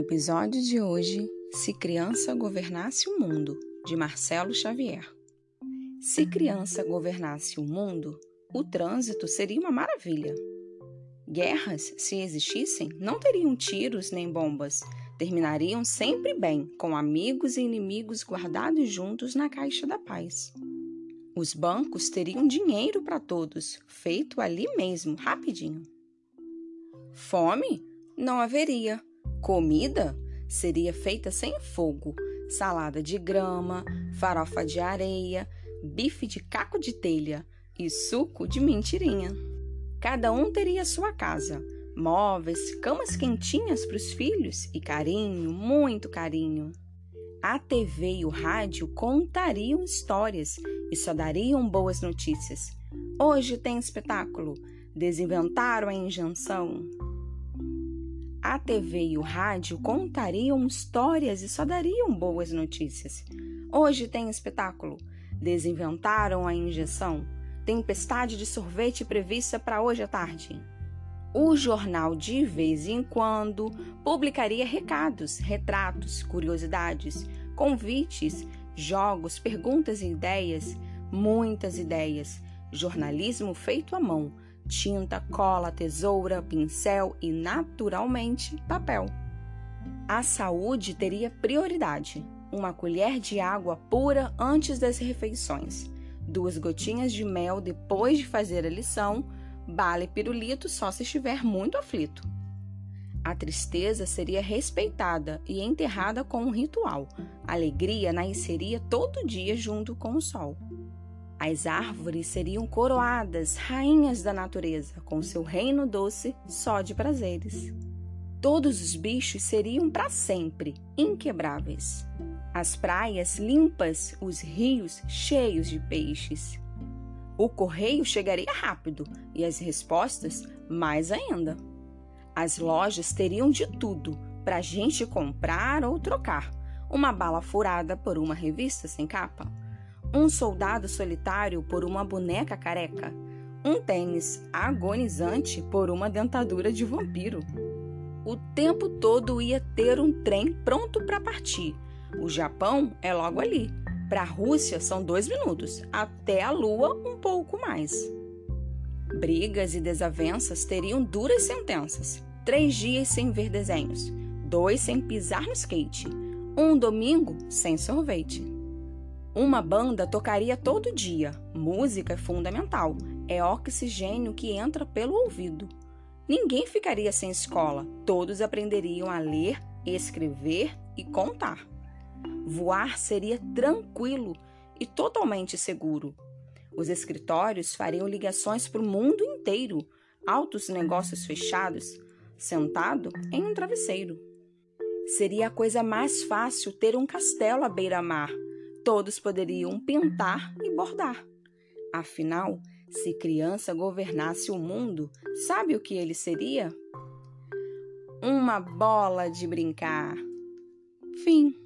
episódio de hoje, Se Criança Governasse o Mundo, de Marcelo Xavier. Se criança governasse o mundo, o trânsito seria uma maravilha. Guerras, se existissem, não teriam tiros nem bombas, terminariam sempre bem, com amigos e inimigos guardados juntos na caixa da paz. Os bancos teriam dinheiro para todos, feito ali mesmo, rapidinho. Fome? Não haveria. Comida? Seria feita sem fogo, salada de grama, farofa de areia, bife de caco de telha e suco de mentirinha. Cada um teria sua casa, móveis, camas quentinhas para os filhos e carinho, muito carinho. A TV e o rádio contariam histórias e só dariam boas notícias. Hoje tem espetáculo, desinventaram a injeção. A TV e o rádio contariam histórias e só dariam boas notícias. Hoje tem espetáculo, desinventaram a injeção. Tempestade de sorvete prevista para hoje à tarde. O jornal, de vez em quando, publicaria recados, retratos, curiosidades, convites, jogos, perguntas e ideias, muitas ideias. Jornalismo feito à mão, tinta, cola, tesoura, pincel e, naturalmente, papel. A saúde teria prioridade. Uma colher de água pura antes das refeições. 2 gotinhas de mel depois de fazer a lição, bala e pirulito só se estiver muito aflito. A tristeza seria respeitada e enterrada com um ritual. A alegria nasceria todo dia junto com o sol. As árvores seriam coroadas, rainhas da natureza, com seu reino doce só de prazeres. Todos os bichos seriam para sempre, inquebráveis. As praias limpas, os rios cheios de peixes. O correio chegaria rápido e as respostas mais ainda. As lojas teriam de tudo para a gente comprar ou trocar. Uma bala furada por uma revista sem capa. Um soldado solitário por uma boneca careca. Um tênis agonizante por uma dentadura de vampiro. O tempo todo ia ter um trem pronto para partir. O Japão é logo ali. Para a Rússia são 2 minutos, até a Lua um pouco mais. Brigas e desavenças teriam duras sentenças. 3 dias sem ver desenhos, 2 sem pisar no skate, 1 domingo sem sorvete. Uma banda tocaria todo dia. Música é fundamental, é oxigênio que entra pelo ouvido. Ninguém ficaria sem escola, todos aprenderiam a ler, escrever e contar. Voar seria tranquilo e totalmente seguro. Os escritórios fariam ligações para o mundo inteiro, altos negócios fechados, sentado em um travesseiro. Seria a coisa mais fácil ter um castelo à beira-mar. Todos poderiam pintar e bordar. Afinal, se criança governasse o mundo, sabe o que ele seria? Uma bola de brincar. Fim.